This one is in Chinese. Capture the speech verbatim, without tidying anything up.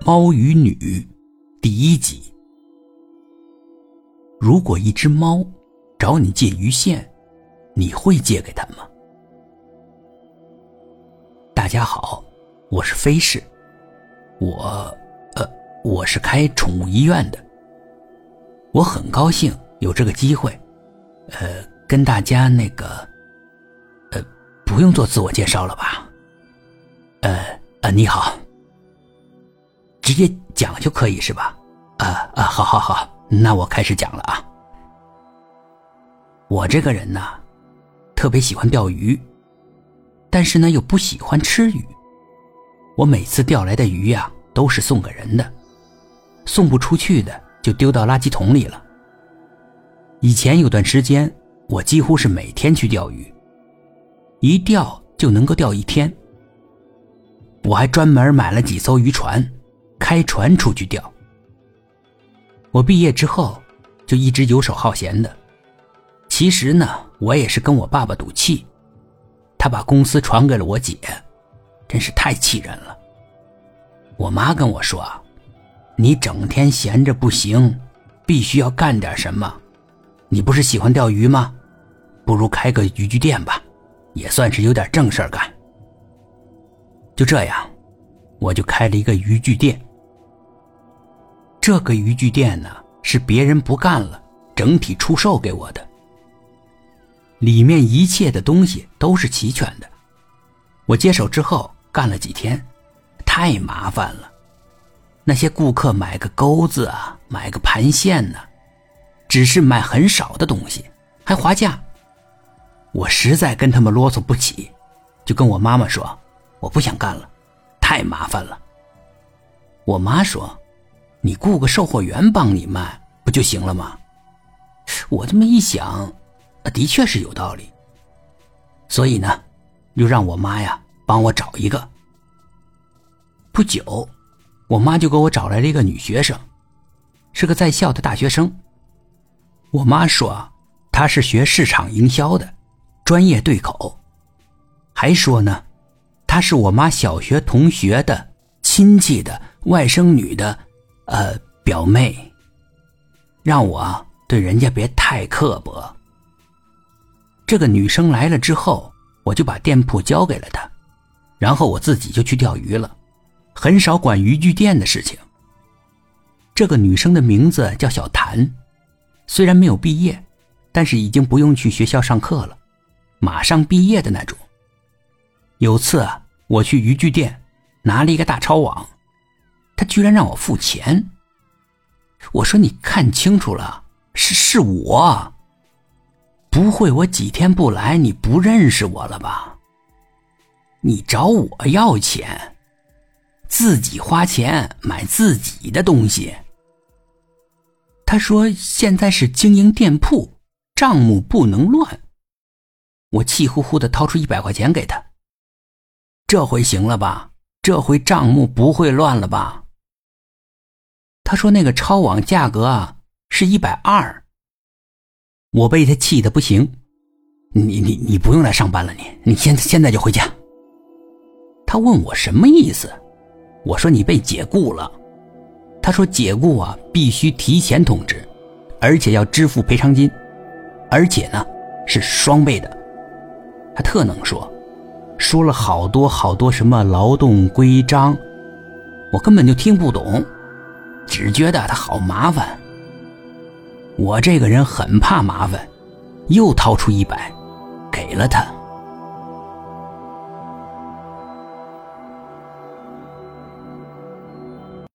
猫与女第一集。如果一只猫找你借鱼线，你会借给它吗？大家好，我是飞士，我呃我是开宠物医院的。我很高兴有这个机会呃跟大家那个呃不用做自我介绍了吧？呃呃你好，直接讲就可以是吧？啊啊好好好，那我开始讲了啊。我这个人呢特别喜欢钓鱼，但是呢又不喜欢吃鱼。我每次钓来的鱼呀、啊、都是送给人的，送不出去的就丢到垃圾桶里了。以前有段时间我几乎是每天去钓鱼，一钓就能够钓一天。我还专门买了几艘渔船，开船出去钓。我毕业之后就一直游手好闲的。其实呢我也是跟我爸爸赌气，他把公司传给了我姐，真是太气人了。我妈跟我说，你整天闲着不行，必须要干点什么。你不是喜欢钓鱼吗？不如开个渔具店吧，也算是有点正事儿干。就这样，我就开了一个渔具店。这个渔具店呢，是别人不干了，整体出售给我的。里面一切的东西都是齐全的。我接手之后干了几天，太麻烦了。那些顾客买个钩子啊，买个盘线呢、啊，只是买很少的东西，还划价。我实在跟他们啰嗦不起，就跟我妈妈说，我不想干了，太麻烦了。我妈说，你雇个售货员帮你卖不就行了吗？我这么一想，的确是有道理。所以呢就让我妈呀帮我找一个。不久我妈就给我找来了一个女学生，是个在校的大学生。我妈说她是学市场营销的，专业对口。还说呢她是我妈小学同学的亲戚的外甥女的呃表妹，让我对人家别太刻薄。这个女生来了之后，我就把店铺交给了她，然后我自己就去钓鱼了，很少管渔具店的事情。这个女生的名字叫小谭，虽然没有毕业，但是已经不用去学校上课了，马上毕业的那种。有次啊，我去渔具店拿了一个大抄网，她居然让我付钱。我说你看清楚了，是是我。不会我几天不来你不认识我了吧？你找我要钱，自己花钱买自己的东西。他说现在是经营店铺，账目不能乱。我气呼呼地掏出一百块钱给他。这回行了吧？这回账目不会乱了吧？他说那个抄网价格啊是一百二。我被他气得不行，你你你不用来上班了，你你现在现在就回家。他问我什么意思，我说你被解雇了。他说解雇啊必须提前通知，而且要支付赔偿金，而且呢是双倍的。他特能说，说了好多好多什么劳动规章，我根本就听不懂，只觉得他好麻烦。我这个人很怕麻烦，又掏出一百给了他。